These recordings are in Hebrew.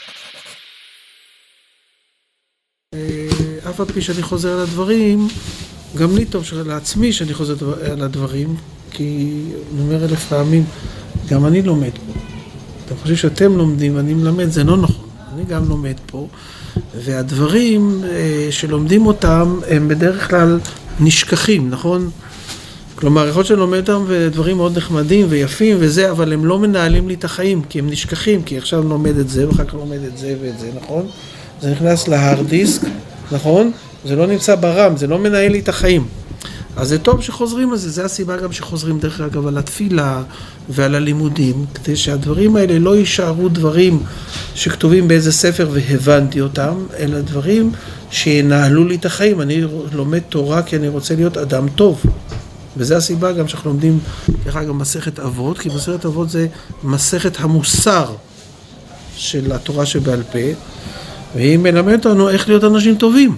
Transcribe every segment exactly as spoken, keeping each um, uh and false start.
אף על פי שאני חוזר על הדברים, גם לי טוב לעצמי שאני חוזר על הדברים, כי אני אומר אלף פעמים, גם אני לומד פה. אתם חושבים שאתם לומדים ואני מלמד, זה לא נכון. אני גם לומד פה, והדברים שלומדים אותם הם בדרך כלל נשכחים, נכון? כלומר, יכול להיות שאני לומד אותם ודברים מאוד נחמדים ויפים וזה, אבל הם לא מנהלים לי את החיים, כי הם נשכחים, כי עכשיו אני לומד את זה, ואחר כך לומד את זה ואת זה, נכון? זה נכנס להארד דיסק, נכון? זה לא נמצא ברם, זה לא מנהל לי את החיים. אז זה טוב שחוזרים על זה, זה הסיבה גם שחוזרים דרך אגב על התפילה ועל הלימודים, כדי שהדברים האלה לא יישארו דברים שכתובים באיזה ספר והבנתי אותם, אלא דברים שינהלו לי את החיים. אני לומד תורה כי אני רוצה להיות אדם טוב. וזה הסיבה גם שאנחנו לומדים דרך אגב מסכת אבות, כי מסכת אבות זה מסכת המוסר של התורה שבעל פה, והיא מלמדת אותנו איך להיות אנשים טובים.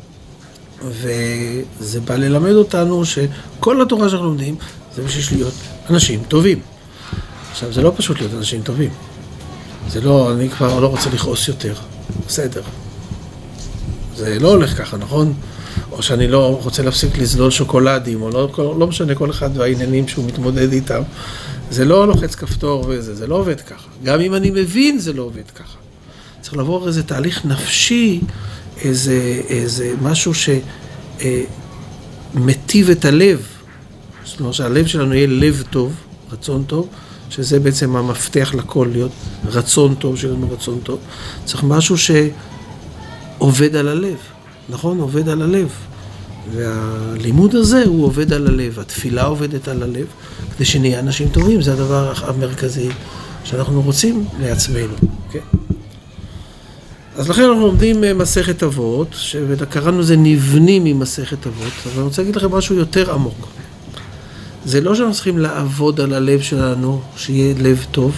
וזה בא ללמד אותנו שכל התורה שאנחנו לומדים זה בשביל להיות אנשים טובים. עכשיו, זה לא פשוט להיות אנשים טובים. זה לא, אני כבר לא רוצה לכעוס יותר. בסדר. זה לא הולך ככה, נכון? או שאני לא רוצה להפסיק לזלול שוקולדים, או לא, לא משנה כל אחד והעניינים שהוא מתמודד איתם. זה לא לוחץ כפתור וזה, זה לא עובד ככה. גם אם אני מבין, זה לא עובד ככה. צריך לעבור איזה תהליך נפשי, איזה, איזה משהו שמטיב את הלב. זאת אומרת שהלב שלנו יהיה לב טוב, רצון טוב, שזה בעצם המפתח לכל, להיות רצון טוב, שלנו רצון טוב. צריך משהו שעובד על הלב, נכון? עובד על הלב. והלימוד הזה הוא עובד על הלב, התפילה עובדת על הלב, כדי שנהיה אנשים טובים, זה הדבר המרכזי שאנחנו רוצים לעצמנו, כן? אז לכן אנחנו לומדים מסכת אבות, וקראנו זה נבנים ממסכת אבות, אבל אני רוצה להגיד לכם משהו יותר עמוק. זה לא שאנחנו צריכים לעבוד על הלב שלנו, שיהיה לב טוב,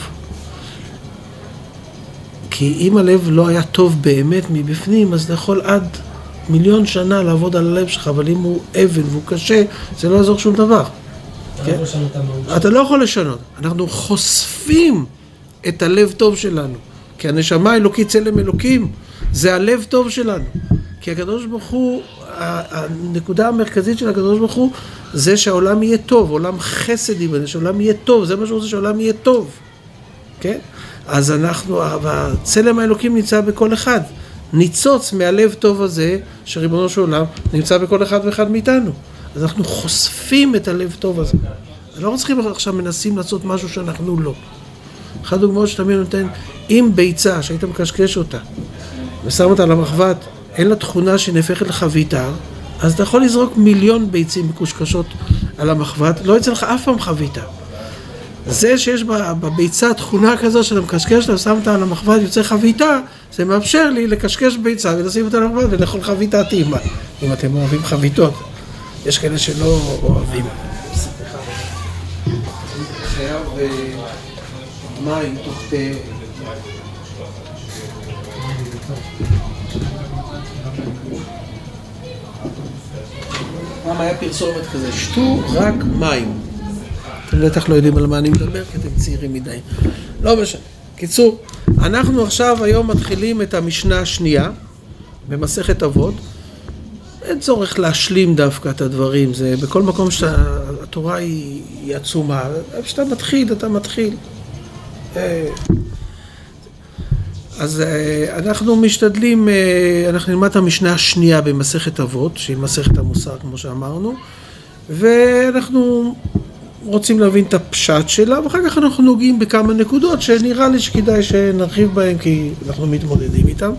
כי אם הלב לא היה טוב באמת מבפנים, אז אתה יכול עד מיליון שנה לעבוד על הלב שלך, אבל אם הוא אבן והוא קשה, זה לא יעזור שום דבר. כן? אתה לא יכול לשנות. אנחנו חושפים את הלב טוב שלנו. כי הנשמה אלוקית צלם אלוקים, זה הלב טוב שלנו. כי הקדוש ברוך הוא, הנקודה המרכזית של הקדוש ברוך הוא, זה שהעולם יהיה טוב, עולם חסד ייבנה, שהעולם יהיה טוב, זה מה שהוא רוצה, שהעולם יהיה טוב. כן? אז אנחנו, הצלם האלוקים נמצא בכל אחד. ניצוץ מהלב טוב הזה, שריבונו של עולם נמצא בכל אחד ואחד מאיתנו. אז אנחנו חושפים את הלב טוב הזה. לא צריכים עכשיו מנסים לעשות משהו שאנחנו לא. אחד דוגמאות שתמיד נותן, אם ביצה שהיית מקשקש אותה, ושם אותה למחבת, אין לה תכונה שנהפכת לחביתה, אז אתה יכול לזרוק מיליון ביצים מקושקשות על המחבת, לא יצא לך אף פעם חביתה. זה שיש בביצה תכונה כזו שאתה מקשקש אותה ושם אותה על המחבת, יוצא חביתה, זה מאפשר לי לקשקש ביצה ולשים אותה למחבת ולאכול חביתה טעימה, אם אתם אוהבים חביתות. יש כאלה שלא אוהבים. חייב מים תוך תה. פעם היה פרסומת כזה, שתו רק מים. אתם בטח לא יודעים על מה אני מדבר, כי אתם צעירים מדי. לא משנה. קיצור, אנחנו עכשיו היום מתחילים את המשנה השנייה, במסכת אבות. אין צורך להשלים דווקא את הדברים, זה בכל מקום שהתורה היא, היא עצומה. כשאתה מתחיל, אתה מתחיל. אז אנחנו משתדלים, אנחנו נלמד את המשנה השנייה במסכת אבות, שהיא מסכת המוסר כמו שאמרנו, ואנחנו רוצים להבין את הפשט שלה, ואחר כך אנחנו נוגעים בכמה נקודות שנראה לי שכדאי שנרחיב בהן, כי אנחנו מתמודדים איתן.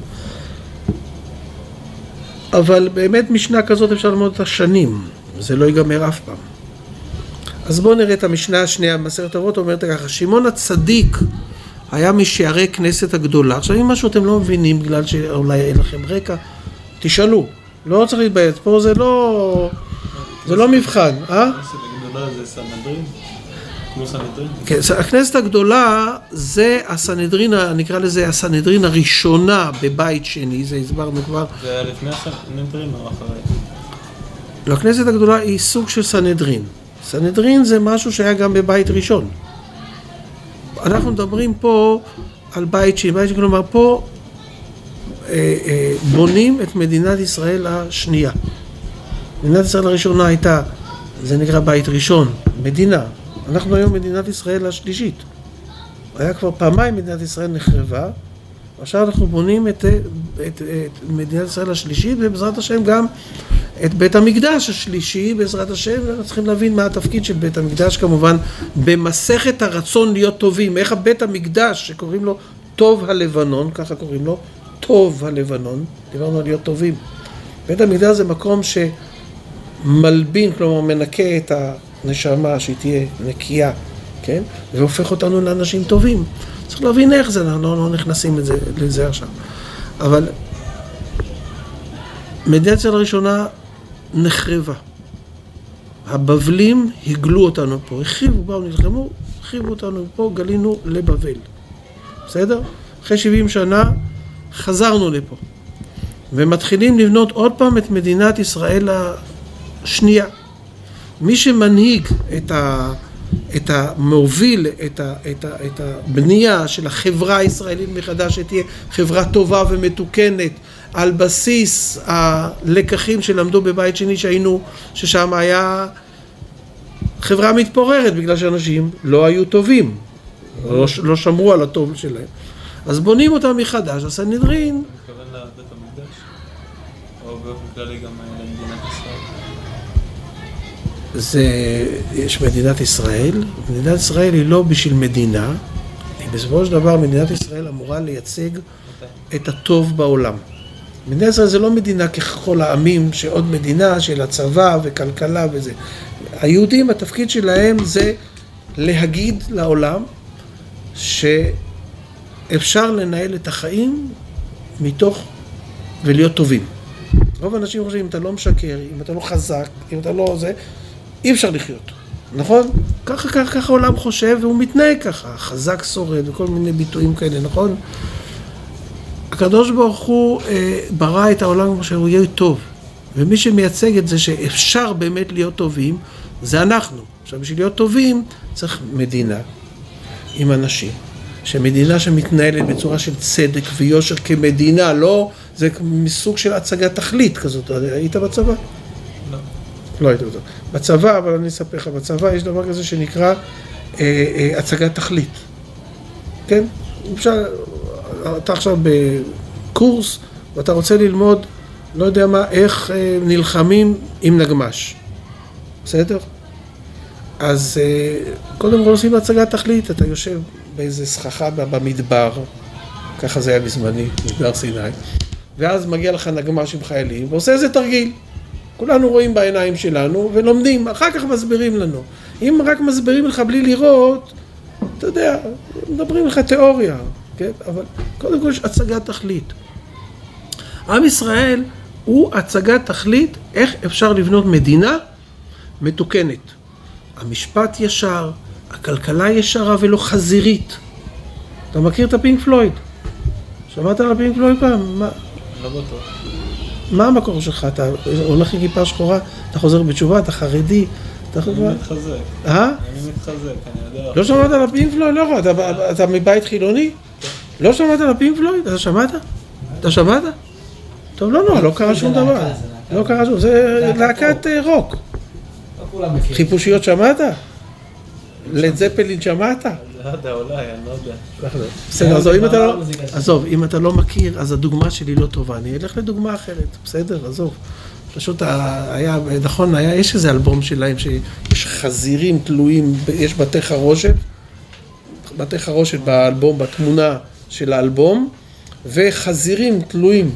אבל באמת משנה כזאת אפשר ללמוד אותה שנים, זה לא ייגמר אף פעם. אז בואו נראה את המשנה השנייה במסכת אבות, אומרת ככה, שמעון הצדיק היה משערי כנסת הגדולה. עכשיו אם משהו אתם לא מבינים, בגלל שאולי אין לכם רקע, תשאלו, לא צריך להתבייש, פה זה לא, זה לא מבחן, אה? כנסת הגדולה זה סנהדרין? כמו סנהדרין? כן, הכנסת הגדולה זה הסנהדרין, נקרא לזה הסנהדרין הראשונה בבית שני, זה הסברנו כבר. זה היה לפני הסנהדרין או אחרי? לא, הכנסת הגדולה היא סוג של סנהדרין. סנהדרין זה משהו שהיה גם בבית ראשון. אנחנו מדברים פה על בית שני, בית שני, כלומר פה בונים את מדינת ישראל השנייה. מדינת ישראל הראשונה הייתה, זה נקרא בית ראשון, מדינה. אנחנו היום מדינת ישראל השלישית. היה כבר פעמיים מדינת ישראל נחרבה, עכשיו אנחנו בונים את, את, את מדינת ישראל השלישית, ובעזרת השם גם את בית המקדש השלישי, בעזרת השם, ואנחנו צריכים להבין מה התפקיד של בית המקדש, כמובן, במסכת הרצון להיות טובים. איך הבית המקדש, שקוראים לו טוב הלבנון, ככה קוראים לו, טוב הלבנון, דיברנו על להיות טובים. בית המקדש זה מקום שמלבין, כלומר מנקה את הנשמה, שהיא תהיה נקייה, כן? והופך אותנו לאנשים טובים. צריך להבין איך זה, אנחנו לא נכנסים לזה, לזה עכשיו. אבל מדינת ישראל הראשונה נחרבה. הבבלים הגלו אותנו פה, החריבו, באו, נלחמו, החריבו אותנו פה, גלינו לבבל. בסדר? אחרי שבעים שנה חזרנו לפה. ומתחילים לבנות עוד פעם את מדינת ישראל השנייה. מי שמנהיג את ה... את המוביל, את, ה, את, ה, את הבנייה של החברה הישראלית מחדש, שתהיה חברה טובה ומתוקנת, על בסיס הלקחים שלמדו בבית שני שהיינו, ששם היה חברה מתפוררת, בגלל שאנשים לא היו טובים, לא, לא שמרו על הטוב שלהם. אז בונים אותם מחדש, הסנהדרין. אתה מתכוון לבית המקדש? או באופן כללי גם למדינת ישראל? זה, יש מדינת ישראל, מדינת ישראל היא לא בשביל מדינה, היא בסופו של דבר מדינת ישראל אמורה לייצג את הטוב בעולם. מדינת ישראל זה לא מדינה ככל העמים, שעוד מדינה של הצבא וכלכלה וזה. היהודים, התפקיד שלהם זה להגיד לעולם שאפשר לנהל את החיים מתוך ולהיות טובים. רוב האנשים חושבים, אם אתה לא משקר, אם אתה לא חזק, אם אתה לא זה, אי אפשר לחיות, נכון? ככה, ככה, ככה העולם חושב, והוא מתנהג ככה, חזק שורד וכל מיני ביטויים כאלה, נכון? הקדוש ברוך הוא אה, ברא את העולם כמו שהוא יהיה טוב, ומי שמייצג את זה שאפשר באמת להיות טובים, זה אנחנו. עכשיו, בשביל להיות טובים, צריך מדינה עם אנשים, שמדינה שמתנהלת בצורה של צדק ויושר כמדינה, לא, זה מסוג של הצגת תכלית כזאת. היית בצבא? לא. לא היית בצבא. בצבא, אבל אני אספר לך, בצבא יש דבר כזה שנקרא אה, אה, הצגת תכלית. כן? אפשר, אתה עכשיו בקורס, ואתה רוצה ללמוד, לא יודע מה, איך אה, נלחמים עם נגמש. בסדר? אז אה, קודם כל עושים הצגת תכלית, אתה יושב באיזה סככה במדבר, ככה זה היה בזמני, מדבר סיני, ואז מגיע לך נגמש עם חיילים, ועושה איזה תרגיל. כולנו רואים בעיניים שלנו ולומדים, אחר כך מסבירים לנו. אם רק מסבירים לך בלי לראות, אתה יודע, מדברים לך תיאוריה, כן? אבל קודם כל יש הצגת תכלית. עם ישראל הוא הצגת תכלית איך אפשר לבנות מדינה מתוקנת. המשפט ישר, הכלכלה ישרה ולא חזירית. אתה מכיר את הפינק פלויד? שמעת על הפינק פלויד פעם? מה? לא בטוח. מה המקור שלך? אתה הולך עם כיפה שחורה, אתה חוזר בתשובה, אתה חרדי, אתה אני מתחזק. אה? אני מתחזק, אני יודע. לא שמעת על הפינק פלויד? לא, אתה, אתה מבית חילוני? לא שמעת על הפינק פלויד? אתה שמעת? אתה שמעת? טוב, לא, לא, לא קרה שום דבר. לא קרה שום, זה להקת רוק. חיפושיות שמעת? לד זפלין שמעת? לא יודע, אולי, אני לא יודע. בסדר, עזוב, אם אתה לא, עזוב, אם אתה לא מכיר, אז הדוגמה שלי לא טובה, אני אלך לדוגמה אחרת, בסדר, עזוב. פשוט היה, נכון, היה, יש איזה אלבום שלהם שיש חזירים תלויים, יש בתי חרושת, בתי חרושת באלבום, בתמונה של האלבום, וחזירים תלויים.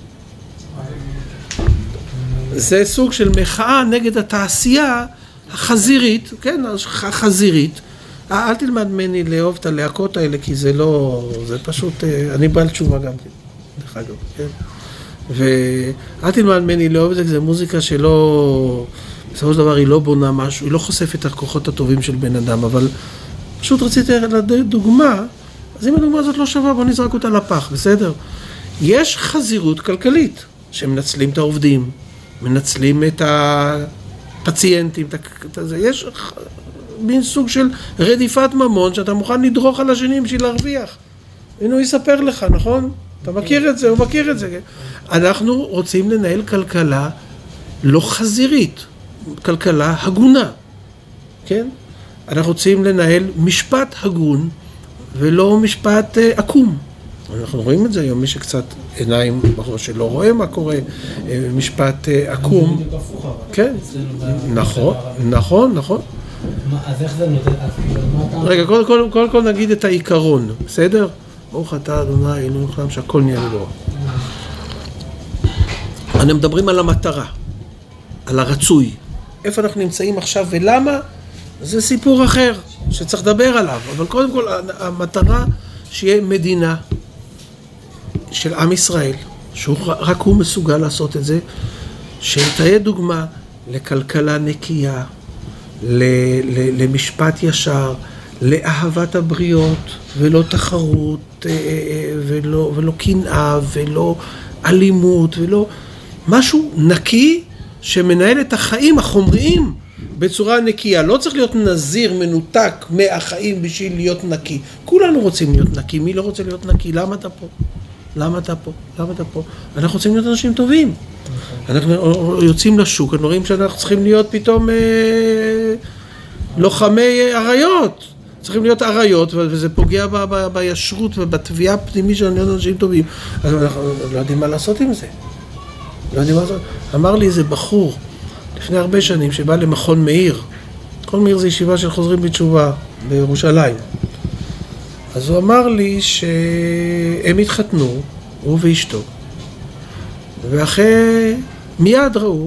זה סוג של מחאה נגד התעשייה החזירית, כן, החזירית. אל תלמד ממני לאהוב את הלהקות האלה, כי זה לא, זה פשוט, אני בעל תשובה גם כן, דרך אגב, כן? ואל תלמד ממני לאהוב את זה, כי זה מוזיקה שלא, בסופו של דבר היא לא בונה משהו, היא לא חושפת את הכוחות הטובים של בן אדם, אבל פשוט רציתי לתת דוגמה, אז אם הדוגמה הזאת לא שווה, בוא נזרק אותה לפח, בסדר? יש חזירות כלכלית, שמנצלים את העובדים, מנצלים את הפציינטים, את זה, יש מין סוג של רדיפת ממון, שאתה מוכן לדרוך על השנים בשביל להרוויח. הנה הוא יספר לך, נכון? אתה מכיר את זה, הוא מכיר את זה. אנחנו רוצים לנהל כלכלה לא חזירית, כלכלה הגונה, כן? אנחנו רוצים לנהל משפט הגון ולא משפט uh, עקום. אנחנו רואים את זה היום, מי שקצת עיניים בראש שלא רואה מה קורה, uh, משפט uh, עקום. כן, נכון, נכון, נכון. אז איך זה נותן? רגע, קודם כל, קודם כל נגיד את העיקרון, בסדר? ברוך אתה אדוני אלוהינו מלך העולם שהכל נהיה לדברו. אנחנו מדברים על המטרה, על הרצוי. איפה אנחנו נמצאים עכשיו ולמה? זה סיפור אחר שצריך לדבר עליו. אבל קודם כל, המטרה שיהיה מדינה של עם ישראל, שרק הוא מסוגל לעשות את זה, שתהיה דוגמה לכלכלה נקייה, למשפט ישר, לאהבת הבריות, ולא תחרות, ולא, ולא קנאה, ולא אלימות, ולא משהו נקי שמנהל את החיים החומריים בצורה נקייה. לא צריך להיות נזיר, מנותק מהחיים בשביל להיות נקי. כולנו רוצים להיות נקי. מי לא רוצה להיות נקי? למה אתה פה? למה אתה פה? למה אתה פה? אנחנו רוצים להיות אנשים טובים. אנחנו יוצאים לשוק, אנחנו רואים שאנחנו צריכים להיות פתאום אה, לוחמי עריות. צריכים להיות עריות, וזה פוגע ב- ב- בישרות ובתביעה הפנימית של להיות אנשים טובים. אז אנחנו לא יודעים מה לעשות עם זה. לא יודעים מה לעשות. אמר לי איזה בחור, לפני הרבה שנים, שבא למכון מאיר. מכון מאיר זה ישיבה של חוזרים בתשובה בירושלים. אז הוא אמר לי שהם התחתנו, הוא ואשתו. ואחרי מיד ראו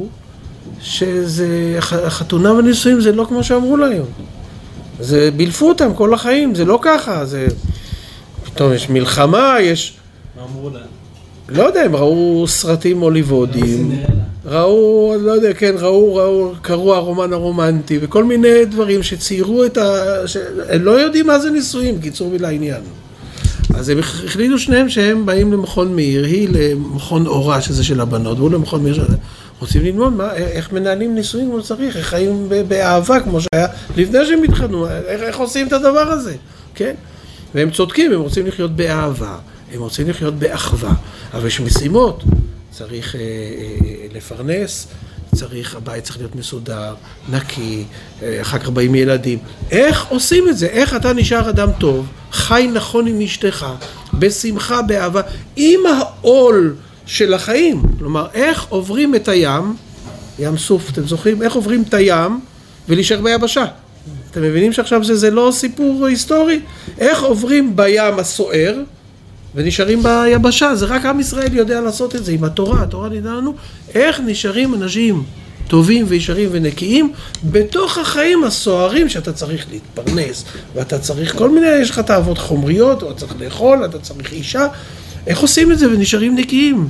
שזה, החתונה ונישואים זה לא כמו שאמרו להם. זה בלפו אותם כל החיים, זה לא ככה, זה... פתאום יש מלחמה, יש... מה אמרו להם? לא יודע, הם ראו סרטים הוליוודים, ראו, לא יודע, כן, ראו, ראו, קראו הרומן הרומנטי, וכל מיני דברים שציירו את ה... ש... הם לא יודעים מה זה נישואים, קיצור ולעניין. אז הם החליטו שניהם שהם באים למכון מאיר, היא למכון אורה, שזה של הבנות, והוא למכון מאיר, רוצים ללמוד מה, איך מנהלים נישואים כמו צריך, איך חיים באהבה כמו שהיה לפני שהם התחתנו, איך, איך עושים את הדבר הזה, כן? והם צודקים, הם רוצים לחיות באהבה, הם רוצים לחיות באחווה, אבל יש משימות, צריך אה, אה, לפרנס, צריך, הבית צריך להיות מסודר, נקי, אה, אחר כך באים ילדים. איך עושים את זה? איך אתה נשאר אדם טוב, חי נכון עם אשתך, בשמחה, באהבה, עם העול של החיים? כלומר, איך עוברים את הים, ים סוף, אתם זוכרים? איך עוברים את הים ולהישאר ביבשה? אתם מבינים שעכשיו זה, זה לא סיפור היסטורי? איך עוברים בים הסוער ונשארים ביבשה? זה רק עם ישראל יודע לעשות את זה עם התורה. התורה נדע לנו איך נשארים אנשים טובים וישרים ונקיים בתוך החיים הסוערים שאתה צריך להתפרנס, ואתה צריך כל מיני, יש לך תאוות חומריות, או אתה צריך לאכול, אתה צריך אישה. איך עושים את זה ונשארים נקיים?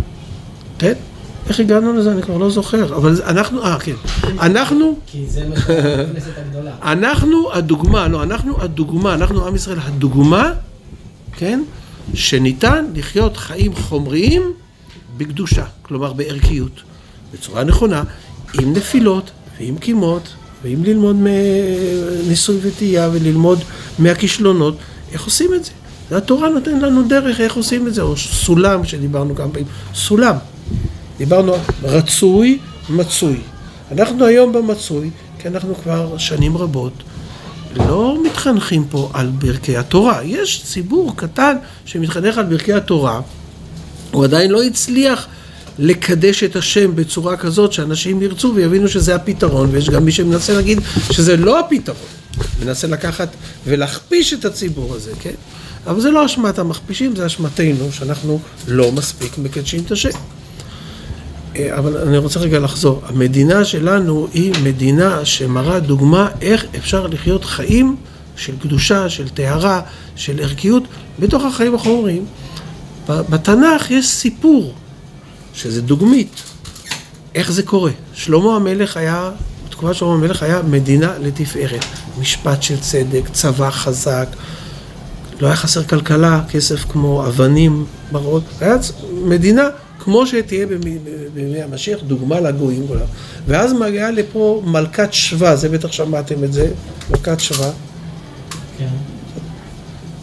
כן? איך הגענו לזה? אני כבר לא זוכר. אבל אנחנו, אה, כן. אנחנו... כי זה מה שהכנסת הגדולה. אנחנו הדוגמה, לא, אנחנו הדוגמה, אנחנו עם ישראל הדוגמה, כן? שניתן לחיות חיים חומריים בקדושה, כלומר בערכיות, בצורה נכונה, עם נפילות ועם קימות, ועם ללמוד מניסוי וטעייה וללמוד מהכישלונות. איך עושים את זה? התורה נותן לנו דרך איך עושים את זה, או סולם שדיברנו גם פעמים, סולם. דיברנו על רצוי, מצוי. אנחנו היום במצוי, כי אנחנו כבר שנים רבות לא מתחנכים פה על ברכי התורה. יש ציבור קטן שמתחנך על ברכי התורה, הוא עדיין לא הצליח לקדש את השם בצורה כזאת שאנשים ירצו ויבינו שזה הפתרון, ויש גם מי שמנסה להגיד שזה לא הפתרון, מנסה לקחת ולהכפיש את הציבור הזה, כן? אבל זה לא אשמת המכפישים, זה אשמתנו שאנחנו לא מספיק מקדשים את השם. אבל אני רוצה רגע לחזור. המדינה שלנו היא מדינה שמראה דוגמה איך אפשר לחיות חיים של קדושה, של טהרה, של ערכיות, בתוך החיים החומריים. בתנ"ך יש סיפור, שזה דוגמית, איך זה קורה. שלמה המלך היה, בתקופה שלמה המלך היה מדינה לתפארת. משפט של צדק, צבא חזק, לא היה חסר כלכלה, כסף כמו אבנים, מראות. היה מדינה כמו שתהיה בימי המשיח, דוגמה לגויים. ואז מגיעה לפה מלכת שבא, זה בטח שמעתם את זה, מלכת שבא. כן.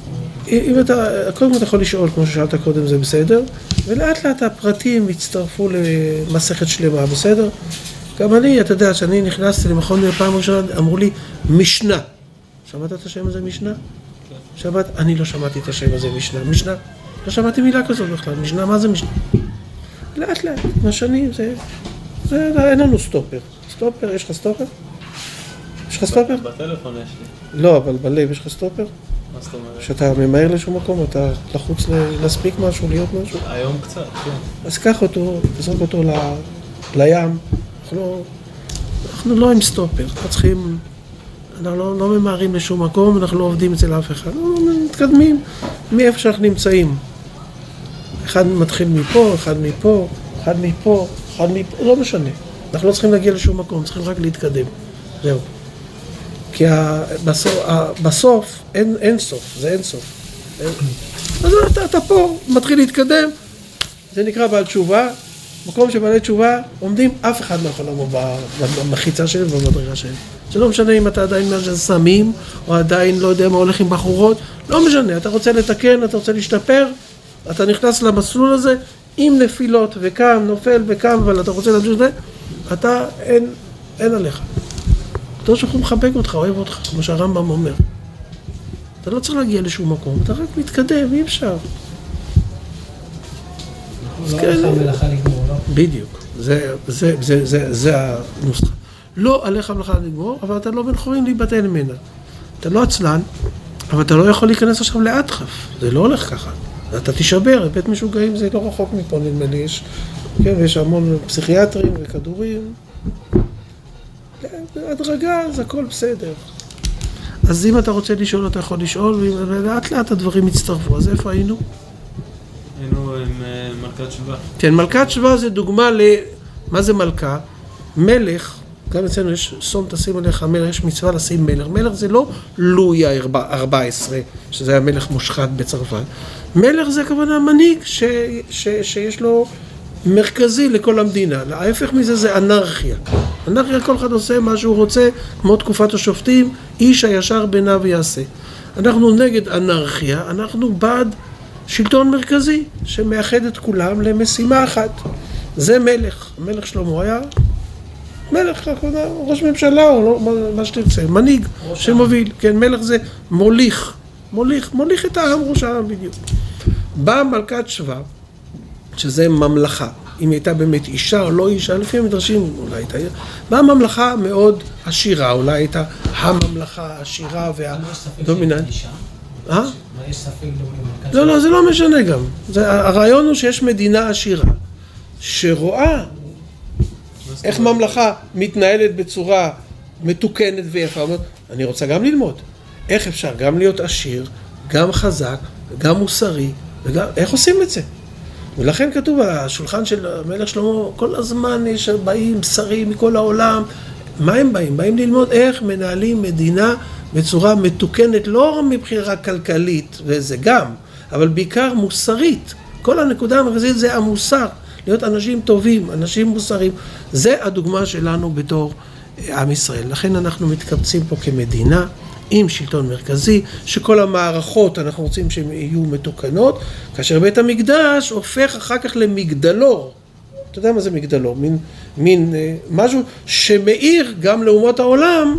אם אתה, קודם אתה יכול לשאול, כמו ששאלת קודם, זה בסדר, ולאט לאט הפרטים יצטרפו למסכת שלמה, בסדר? גם אני, אתה יודע, שאני נכנסתי למכון פעם ראשונה, אמרו לי, משנה. שמעת את השם הזה, משנה? שבת, אני לא שמעתי את השם הזה, משנה. משנה, לא שמעתי מילה כזאת בכלל. משנה, מה זה משנה? לאט לאט, עם השנים, זה, זה, אין לנו סטופר. סטופר, יש לך סטופר? יש לך סטופר? בטלפון יש לי. לא, אבל בלב יש לך סטופר? מה זאת אומרת? שאתה ממהר לשום מקום, אתה לחוץ להספיק משהו, להיות משהו? היום קצת, כן. אז קח אותו, תזרוק אותו ל... לים. אנחנו, אנחנו לא עם סטופר, אנחנו צריכים, אנחנו לא, לא ממהרים לשום מקום, אנחנו לא עובדים אצל אף אחד, אנחנו מתקדמים מאיפה שאנחנו נמצאים. אחד מתחיל מפה, אחד מפה, אחד מפה, אחד מפה, לא משנה. אנחנו לא צריכים להגיע לשום מקום, צריכים רק להתקדם. זהו. כי בסוף, בסוף אין, אין סוף, זה אין סוף. אין... אז אתה, אתה פה, מתחיל להתקדם, זה נקרא בעל תשובה, מקום שבעלי תשובה עומדים, אף אחד לא יכול לעמוד במחיצה שלהם ובמדרגה שלהם. זה לא משנה אם אתה עדיין מעשן סמים, או עדיין לא יודע מה הולך עם בחורות, לא משנה, אתה רוצה לתקן, אתה רוצה להשתפר, אתה נכנס למסלול הזה, עם נפילות וקם, נופל וקם, אבל אתה רוצה להמשיך את זה, אתה, אין, אין עליך. אתה שהוא מחבק אותך, אוהב אותך, כמו שהרמב"ם אומר. אתה לא צריך להגיע לשום מקום, אתה רק מתקדם, אי אפשר. לא עליך מלאכה לגמור, לא? בדיוק, זה, זה, זה, זה, זה הנוסחה. לא עליך מלאכה לגמור, אבל אתה לא בן חורין להיבטל ממנה. אתה לא עצלן, אבל אתה לא יכול להיכנס עכשיו לאדחף. זה לא הולך ככה. אתה תישבר, בית משוגעים זה לא רחוק מפה, נדמה לי. יש, כן, יש המון פסיכיאטרים וכדורים. בהדרגה, זה הכל בסדר. אז אם אתה רוצה לשאול, אתה יכול לשאול, ולאט לאט הדברים יצטרפו. אז איפה היינו? היינו עם מלכת שבא. כן, מלכת שבא זה דוגמה ל... מה זה מלכה? מלך, גם אצלנו יש סום תשים עליך מלך, יש מצווה לשים מלך. מלך זה לא לואי ארבע עשרה, שזה היה מלך מושחת בצרפת. מלך זה הכוונה מנהיג ש... ש... שיש לו מרכזי לכל המדינה. ההפך מזה זה אנרכיה. אנרכיה כל אחד עושה מה שהוא רוצה, כמו תקופת השופטים, איש הישר בעיניו יעשה. אנחנו נגד אנרכיה, אנחנו בעד שלטון מרכזי שמאחד את כולם למשימה אחת. זה מלך. המלך שלמה היה מלך, ראש ממשלה או לא, מה שתרצה, מנהיג שמוביל. כן, מלך זה מוליך, מוליך, מוליך את העם, ראש העם בדיוק. באה מלכת שבא, שזה ממלכה. אם היא הייתה באמת אישה או לא אישה, לפי המדרשים אולי הייתה, באה ממלכה מאוד עשירה, אולי הייתה הממלכה העשירה והדומיננט. אה? מה יש ספק במלכת? לא, לא, זה לא משנה גם. זה, הרעיון הוא שיש מדינה עשירה, שרואה איך ממלכה מתנהלת בצורה מתוקנת ויפה. אני רוצה גם ללמוד. איך אפשר גם להיות עשיר, גם חזק, גם מוסרי, וגם, איך עושים את זה? ולכן כתוב על השולחן של המלך שלמה, כל הזמן יש באים שרים מכל העולם. מה הם באים? באים ללמוד איך מנהלים מדינה בצורה מתוקנת, לא מבחירה כלכלית, וזה גם, אבל בעיקר מוסרית. כל הנקודה המרכזית זה המוסר, להיות אנשים טובים, אנשים מוסריים. זה הדוגמה שלנו בתור עם ישראל. לכן אנחנו מתקבצים פה כמדינה, עם שלטון מרכזי, שכל המערכות אנחנו רוצים שהן יהיו מתוקנות, כאשר בית המקדש הופך אחר כך למגדלור. אתה יודע מה זה מגדלור? מין, מין אה, משהו שמאיר גם לאומות העולם,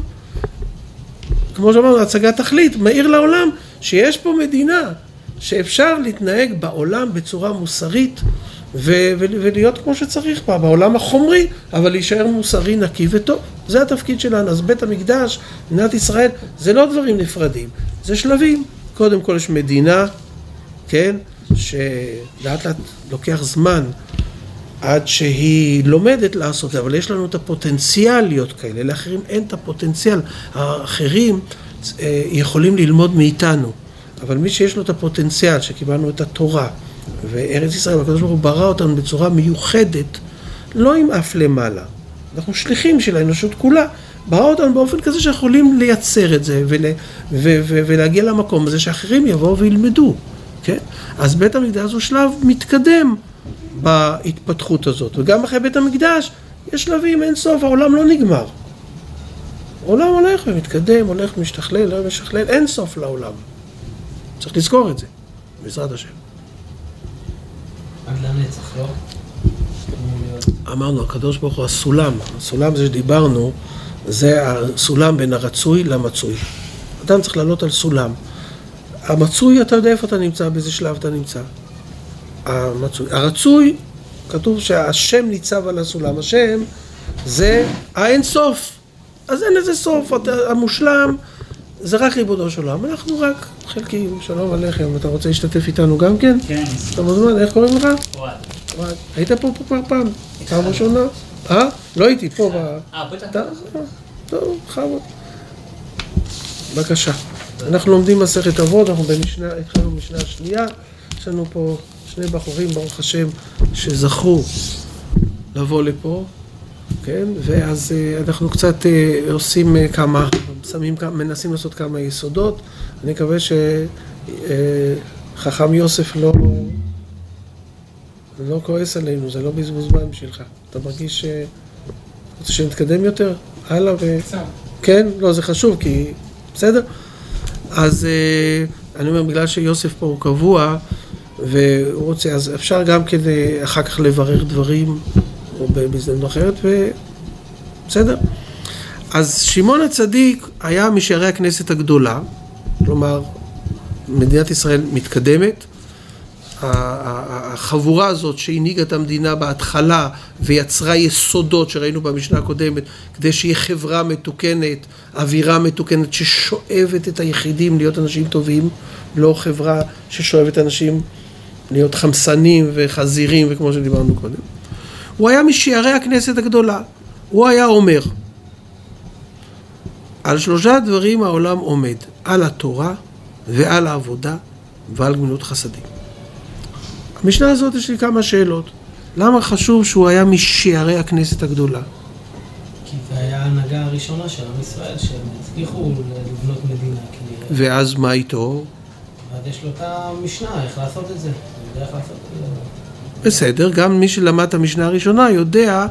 כמו שאמרנו, הצגת תכלית, מאיר לעולם שיש פה מדינה, שאפשר להתנהג בעולם בצורה מוסרית, ו- ו- ולהיות כמו שצריך בה, בעולם החומרי, אבל להישאר מוסרי, נקי וטוב. זה התפקיד שלנו. אז בית המקדש, מדינת ישראל, זה לא דברים נפרדים, זה שלבים. קודם כל יש מדינה, כן, שלאט לאט לוקח זמן עד שהיא לומדת לעשות זה, אבל יש לנו את הפוטנציאל להיות כאלה, לאחרים אין את הפוטנציאל. האחרים אה, יכולים ללמוד מאיתנו, אבל מי שיש לו את הפוטנציאל, שקיבלנו את התורה, וארץ ישראל, הקדוש ברוך הוא ברא אותנו בצורה מיוחדת, לא עם אף למעלה. אנחנו שליחים של האנושות כולה, ברא אותנו באופן כזה שיכולים לייצר את זה, ול, ו, ו, ולהגיע למקום הזה שאחרים יבואו וילמדו. כן? אז בית המקדש הוא שלב מתקדם בהתפתחות הזאת, וגם אחרי בית המקדש יש שלבים אין סוף, העולם לא נגמר. העולם הולך ומתקדם, הולך ומשתכלל, הולך ומשתכלל, אין סוף לעולם. צריך לזכור את זה, בעזרת השם. עד לנצח, לא? אמרנו, הקדוש ברוך הוא, הסולם, הסולם זה שדיברנו, זה הסולם בין הרצוי למצוי. אדם צריך לעלות על סולם. המצוי, אתה יודע איפה אתה נמצא, באיזה שלב אתה נמצא. המצוי. הרצוי, כתוב שהשם ניצב על הסולם. השם זה האין סוף. אז אין איזה סוף. המושלם זה רק ריבונו של עולם. אנחנו רק חלקים. שלום עליכם. אתה רוצה להשתתף איתנו גם כן? כן. אתה מוזמן, איך קוראים לך? אוהד. אוהד. היית פה פה פעם? פעם ראשונה? אה? לא הייתי פה. אה, בטח. טוב, חבוד. בבקשה. אנחנו לומדים מסכת אבות, אנחנו במשנה, התחלנו משנה השנייה, יש לנו פה שני בחורים, ברוך השם, שזכו לבוא לפה, כן? ואז אנחנו קצת עושים כמה, שמים, מנסים לעשות כמה יסודות. אני מקווה שחכם יוסף לא, לא כועס עלינו, זה לא בזבוז זמן בשבילך. אתה מרגיש ש... רוצה שנתקדם יותר? הלאה ו... כן? לא, זה חשוב, כי... בסדר? אז אני אומר, בגלל שיוסף פה הוא קבוע, והוא רוצה, אז אפשר גם כדי אחר כך לברר דברים, או בהזדמנות אחרת, ובסדר? אז שמעון הצדיק היה משערי הכנסת הגדולה, כלומר, מדינת ישראל מתקדמת, החבורה הזאת שהנהיגה את המדינה בהתחלה ויצרה יסודות שראינו במשנה הקודמת כדי שיהיה חברה מתוקנת, אווירה מתוקנת ששואבת את היחידים להיות אנשים טובים, לא חברה ששואבת אנשים להיות חמסנים וחזירים וכמו שדיברנו קודם. הוא היה משערי הכנסת הגדולה, הוא היה אומר על שלושה דברים העולם עומד, על התורה ועל העבודה ועל גמילות חסדים. המשנה הזאת יש לי כמה שאלות. למה חשוב שהוא היה משערי הכנסת הגדולה? כי זה היה ההנהגה הראשונה של עם ישראל, שהם הצליחו לבנות מדינה. ואז מה איתו? ואז יש לו את המשנה, איך לעשות את זה. איך לעשות את זה. בסדר, גם מי שלמד את המשנה הראשונה יודע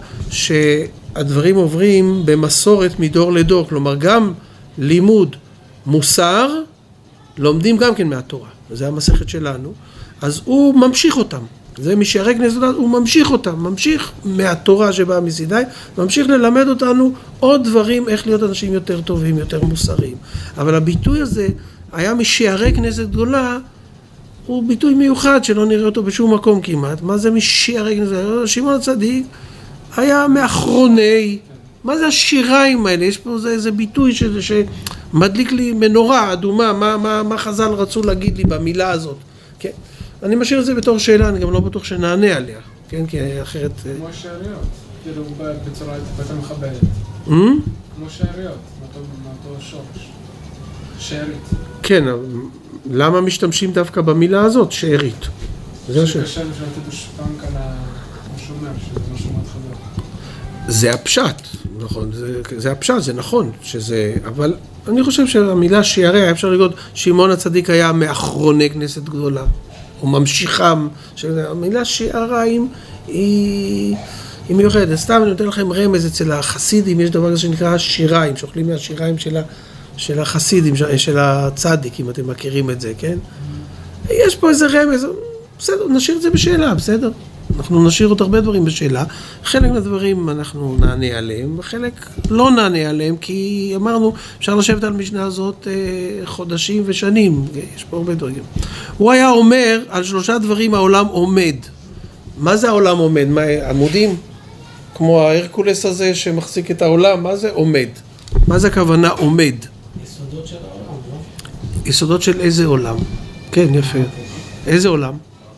שהדברים עוברים במסורת מדור לדור. כלומר, גם לימוד מוסר, לומדים גם כן מהתורה. זה המסכת שלנו. אז הוא ממשיך אותם, זה משערי כנסת, הוא ממשיך אותם, ממשיך מהתורה שבאה מסיני, ממשיך ללמד אותנו עוד דברים, איך להיות אנשים יותר טובים, יותר מוסריים. אבל הביטוי הזה היה משערי כנסת גדולה, הוא ביטוי מיוחד שלא נראה אותו בשום מקום כמעט. מה זה משערי כנסת גדולה? שמעון הצדיק היה מאחרוני, מה זה השיריים האלה? יש פה איזה ביטוי של, שמדליק לי מנורה אדומה, מה, מה, מה חז"ל רצו להגיד לי במילה הזאת, כן? אני משאיר את זה בתור שאלה, אני גם לא בטוח שנענה עליה, כן? כי אחרת... כמו שעריות, כאילו בצורה יותר מכבדת. כמו שעריות, מאותו שורש. שערית. כן, למה משתמשים דווקא במילה הזאת, שערית? זה קשה שאתה תושפנק על השומר, שזה משהו מאוד חבר. זה הפשט, נכון, זה, זה הפשט, זה נכון, שזה... אבל אני חושב שהמילה שערי, אפשר לראות, שמעון הצדיק היה מאחרוני כנסת גדולה. הוא ממשיכם, המילה שעריים היא, היא מיוחדת. סתם אני נותן לכם רמז, אצל החסידים יש דבר שנקרא שיריים, שאוכלים מהשיריים של, ה, של החסידים, של הצדיק, אם אתם מכירים את זה, כן? יש פה איזה רמז, בסדר, נשאיר את זה בשאלה, בסדר? אנחנו נשאיר עוד הרבה דברים בשאלה. חלק מהדברים אנחנו נענה עליהם, וחלק לא נענה עליהם, כי אמרנו, אפשר לשבת על משנה הזאת חודשים ושנים. יש פה הרבה דברים. הוא היה אומר, על שלושה דברים העולם עומד. מה זה העולם עומד? מה, עמודים? כמו ההרקולס הזה שמחזיק את העולם, מה זה עומד? מה זה הכוונה עומד? יסודות של העולם, לא? יסודות של איזה עולם? כן, יפה. איזה עולם?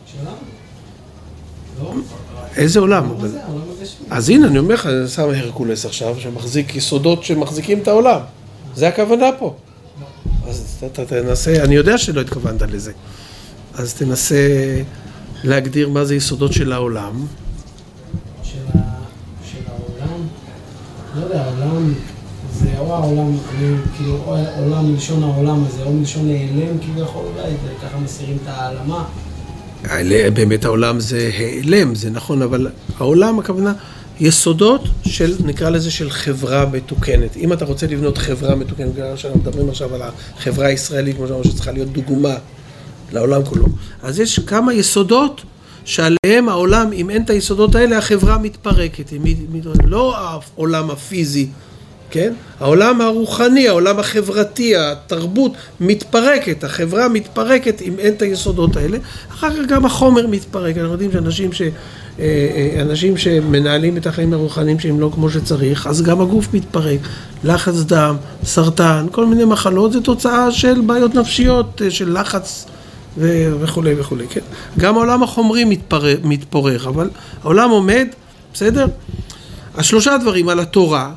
איזה עולם? אז הנה, אני אומר לך, אני שם הרקולס עכשיו, שמחזיק יסודות שמחזיקים את העולם. זה הכוונה פה. אז אתה תנסה, אני יודע שלא התכוונת לזה. אז תנסה להגדיר מה זה יסודות של העולם. של העולם? לא יודע, העולם זה או העולם, כאילו, או העולם מלשון העולם הזה, או מלשון העלם, כביכול אולי, וככה מסירים את העלמה. באמת העולם זה העלם, זה נכון, אבל העולם הכוונה יסודות של, נקרא לזה, של חברה מתוקנת. אם אתה רוצה לבנות חברה מתוקנת, שאנחנו מדברים עכשיו על החברה הישראלית, כמו שאמרנו, שצריכה להיות דוגמה לעולם כולו. אז יש כמה יסודות שעליהם העולם, אם אין את היסודות האלה, החברה מתפרקת. לא העולם הפיזי, כן? העולם הרוחני, העולם החברתי, התרבות מתפרקת, החברה מתפרקת אם אין את היסודות האלה. אחר כך גם החומר מתפרק. אנחנו יודעים שאנשים ש... אנשים שמנהלים את החיים הרוחניים שהם לא כמו שצריך, אז גם הגוף מתפרק, לחץ דם, סרטן, כל מיני מחלות, זה תוצאה של בעיות נפשיות, של לחץ וכו' וכו', כן? גם העולם החומרי מתפרק, מתפורר, אבל העולם עומד, בסדר? השלושה דברים על התורה,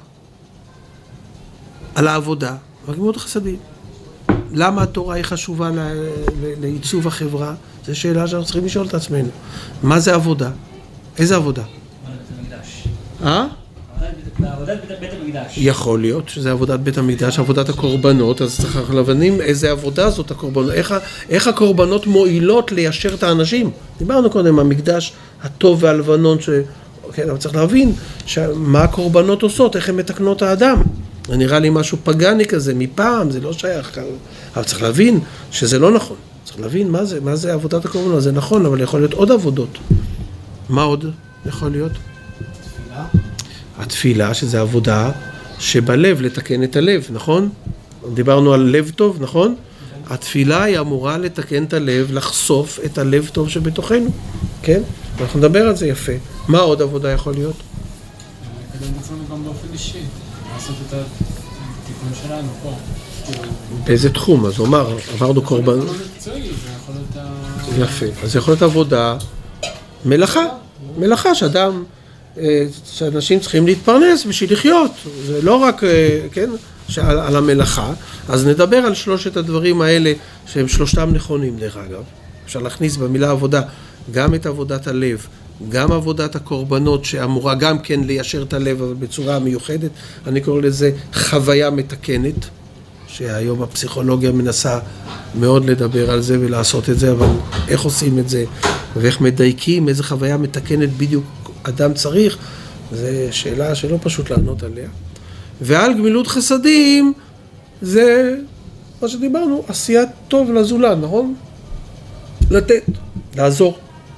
על העבודה, וגמילות החסדים. למה התורה היא חשובה לעיצוב החברה? זו שאלה שאנחנו צריכים לשאול את עצמנו. מה זה עבודה? איזה עבודה? עבודת בית המקדש. אה? עבודת בית המקדש. יכול להיות שזה עבודת בית המקדש, עבודת הקורבנות, אז צריך להבין איזה עבודה זאת הקורבנות, איך, איך הקורבנות מועילות ליישר את האנשים. דיברנו קודם, המקדש הטוב והלבנון, ש... כן, אבל צריך להבין מה הקורבנות עושות, איך הן מתקנות את האדם. זה נראה לי משהו פגני כזה, מפעם, זה לא שייך, אבל צריך להבין שזה לא נכון. צריך להבין מה זה, מה זה עבודת הקורבנות, זה נכון, אבל יכול להיות עוד עבודות. מה עוד יכול להיות? תפילה. התפילה, שזה עבודה שבלב, לתקן את הלב, נכון? דיברנו על לב טוב, נכון? התפילה היא אמורה לתקן את הלב, לחשוף את הלב טוב שבתוכנו, כן? אנחנו נדבר על זה יפה. מה עוד עבודה יכול להיות? לקדם את עצמנו גם באופן אישי, לעשות את התיקון שלנו פה. באיזה תחום? אז הוא אמר, עברנו קורבן. זה מקצועי, זה יכול להיות... יפה. אז זה יכול להיות עבודה, מלאכה, מלאכה שאדם, שאנשים צריכים להתפרנס בשביל לחיות. זה לא רק, כן, על, על המלאכה. אז נדבר על שלושת הדברים האלה, שהם שלושתם נכונים דרך אגב. אפשר להכניס במילה עבודה גם את עבודת הלב, גם עבודת הקורבנות שאמורה גם כן ליישר את הלב, אבל בצורה מיוחדת. אני קורא לזה חוויה מתקנת, שהיום הפסיכולוגיה מנסה מאוד לדבר על זה ולעשות את זה, אבל איך עושים את זה ואיך מדייקים, איזה חוויה מתקנת בדיוק אדם צריך, זו שאלה שלא פשוט לענות עליה. ועל גמילות חסדים זה מה שדיברנו, עשיית טוב לזולת, נכון? לתת, לעזור.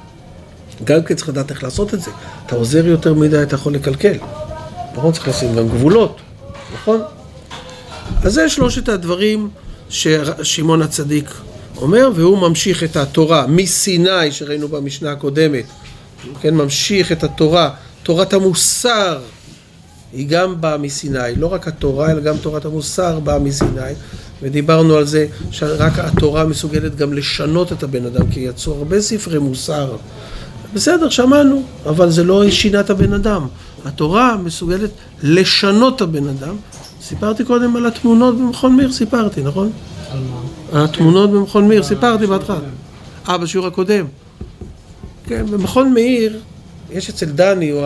גם כן צריך לדעת איך לעשות את זה. אתה עוזר יותר מדי, אתה יכול לקלקל. נכון? צריך לשים גם גבולות, נכון? אז זה שלושת הדברים ששמעון הצדיק אומר, והוא ממשיך את התורה מסיני שראינו במשנה הקודמת, כן, ממשיך את התורה, תורת המוסר היא גם באה מסיני, לא רק התורה אלא גם תורת המוסר באה מסיני, ודיברנו על זה שרק התורה מסוגלת גם לשנות את הבן אדם, כי יצאו הרבה ספרי מוסר, בסדר, שמענו, אבל זה לא שינה את הבן אדם, התורה מסוגלת לשנות את הבן אדם. סיפרתי קודם על התמונות במכון מאיר, סיפרתי, נכון? על מה? על התמונות במכון מאיר, סיפרתי בהתחלה. אה, בשיעור הקודם. כן, במכון מאיר, יש אצל דני, הוא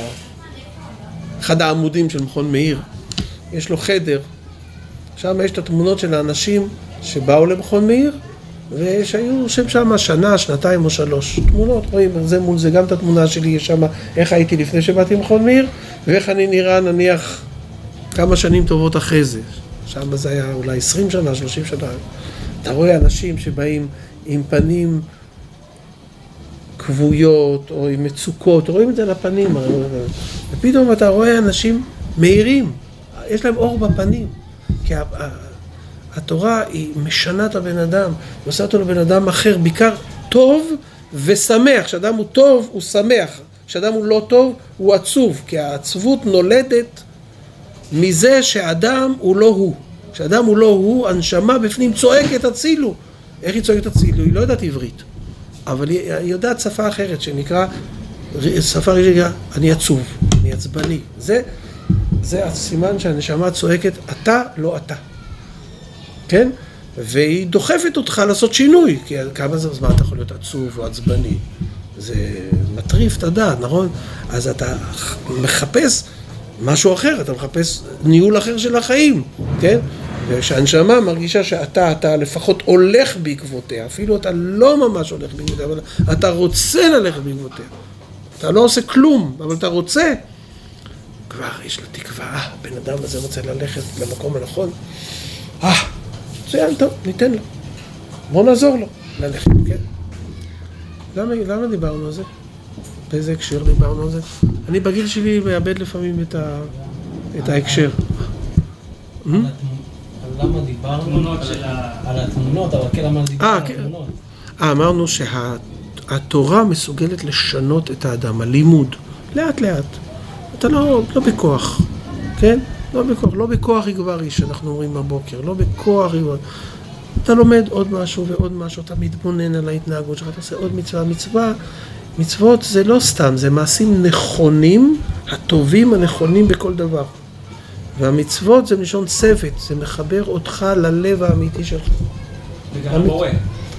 אחד העמודים של מכון מאיר, יש לו חדר, שם יש את התמונות של האנשים שבאו למכון מאיר, ושהיו שם שם שנה, שנתיים או שלוש. תמונות, רואים, זה מול זה, גם את התמונה שלי יש שם, איך הייתי לפני שבאתי למכון מאיר, ואיך אני נראה, נניח, כמה שנים טובות אחרי זה. שם זה היה אולי עשרים שנה, שלושים שנה. אתה רואה אנשים שבאים עם פנים כבויות, או עם מצוקות, רואים את זה על הפנים, ופתאום אתה רואה אנשים מהירים, יש להם אור בפנים, כי התורה היא משנה את הבן אדם, היא עושה אותו לבן אדם אחר, בעיקר טוב ושמח. כשאדם הוא טוב, הוא שמח. כשאדם הוא לא טוב, הוא עצוב, כי העצבות נולדת מזה שאדם הוא לא הוא. כשאדם הוא לא הוא, הנשמה בפנים צועקת הצילו. איך היא צועקת הצילו? היא לא יודעת עברית, אבל היא יודעת שפה אחרת שנקרא, שפה רגילה, אני עצוב, אני עצבני. זה, זה הסימן שהנשמה צועקת, אתה לא אתה. כן? והיא דוחפת אותך לעשות שינוי, כי כמה זמן אתה יכול להיות עצוב או עצבני. זה מטריף את הדעת, נכון? אז אתה מחפש משהו אחר, אתה מחפש ניהול אחר של החיים, כן? ושהנשמה מרגישה שאתה, אתה לפחות הולך בעקבותיה, אפילו אתה לא ממש הולך בעקבותיה, אבל אתה רוצה ללכת בעקבותיה. אתה לא עושה כלום, אבל אתה רוצה. כבר יש לה תקווה, אה, בן אדם הזה רוצה ללכת למקום הנכון. אה, זה טוב, ניתן לו. בוא נעזור לו. ללחם, כן? למה, למה דיברנו על זה? באיזה הקשר דיברנו על זה? אני בגיל שלי מאבד לפעמים את, ה, את ההקשר. למה דיברנו? על התמונות, אבל כן למה דיברנו על התמונות. אמרנו שהתורה מסוגלת לשנות את האדם, הלימוד, לאט לאט. אתה לא, לא בכוח, כן? לא בכוח, לא בכוח יגבר איש, שאנחנו אומרים בבוקר, לא בכוח יגבר. אתה לומד עוד משהו ועוד משהו, אתה מתבונן על ההתנהגות שלך, אתה עושה עוד מצווה. מצווה, מצוות זה לא סתם, זה מעשים נכונים, הטובים הנכונים בכל דבר. והמצוות זה מלשון צוות, זה מחבר אותך ללב האמיתי שלך. וגם הבורא.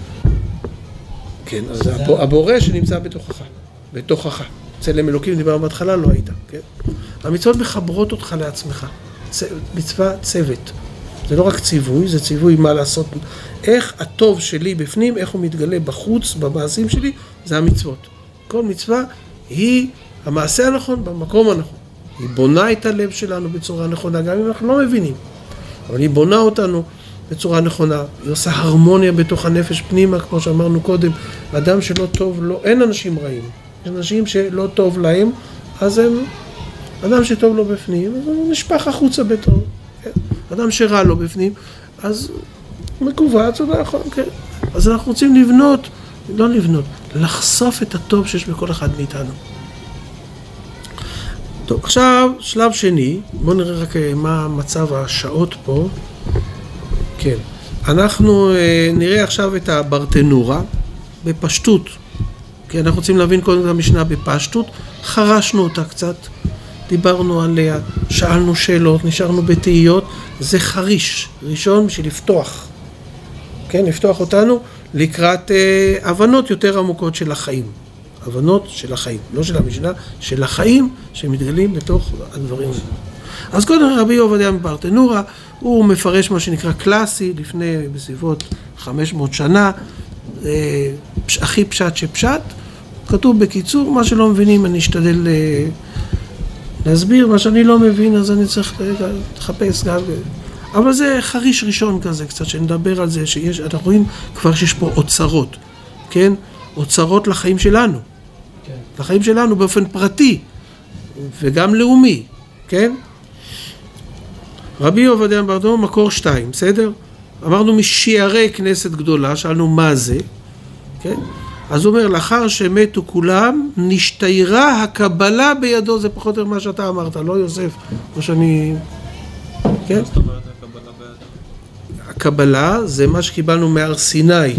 כן, אז הבורא שנמצא בתוכך, בתוכך. צלם אלוקים דיברנו בהתחלה, לא היית, כן? המצוות מחברות אותך לעצמך. צ... מצווה צוות. זה לא רק ציווי, זה ציווי מה לעשות. איך הטוב שלי בפנים, איך הוא מתגלה בחוץ, במעשים שלי, זה המצוות. כל מצווה היא המעשה הנכון במקום הנכון. היא בונה את הלב שלנו בצורה נכונה, גם אם אנחנו לא מבינים. אבל היא בונה אותנו בצורה נכונה. היא עושה הרמוניה בתוך הנפש פנימה, כמו שאמרנו קודם. אדם שלא טוב, לא, אין אנשים רעים. אנשים שלא טוב להם, אז הם, אדם שטוב לו בפנים, אז הוא נשפך החוצה בטוב. כן? אדם שרע לו בפנים, אז מקובץ, הוא לא יכול, כן? אז אנחנו רוצים לבנות, לא לבנות, לחשוף את הטוב שיש בכל אחד מאיתנו. טוב, עכשיו, שלב שני, בואו נראה רק מה מצב השעות פה. כן, אנחנו נראה עכשיו את הברטנורה בפשטות. כי אנחנו רוצים להבין קודם את המשנה בפשטות, חרשנו אותה קצת, דיברנו עליה, שאלנו שאלות, נשארנו בתהיות, זה חריש, ראשון בשביל לפתוח, כן, לפתוח אותנו לקראת אה, הבנות יותר עמוקות של החיים, הבנות של החיים, לא של המשנה, של החיים שמתגלים בתוך הדברים. אז קודם רבי עובדיה מברטנורה, הוא מפרש מה שנקרא קלאסי, לפני בסביבות חמש מאות שנה, הכי פשט שפשט, כתוב בקיצור, מה שלא מבינים אני אשתדל להסביר, מה שאני לא מבין אז אני צריך לחפש גם, אבל זה חריש ראשון כזה, קצת שנדבר על זה, שיש, אנחנו רואים כבר שיש פה אוצרות, כן? אוצרות לחיים שלנו, כן. לחיים שלנו באופן פרטי וגם לאומי, כן? רבי עובדיה מברטנורה מקור שתיים, בסדר? אמרנו משיערי כנסת גדולה, שאלנו מה זה, כן? אז הוא אומר, לאחר שמתו כולם, נשתיירה הקבלה בידו, זה פחות או יותר מה שאתה אמרת, לא יוסף, כמו שאני... כן? מה זאת אומרת הקבלה בידו? הקבלה זה מה שקיבלנו מהר סיני,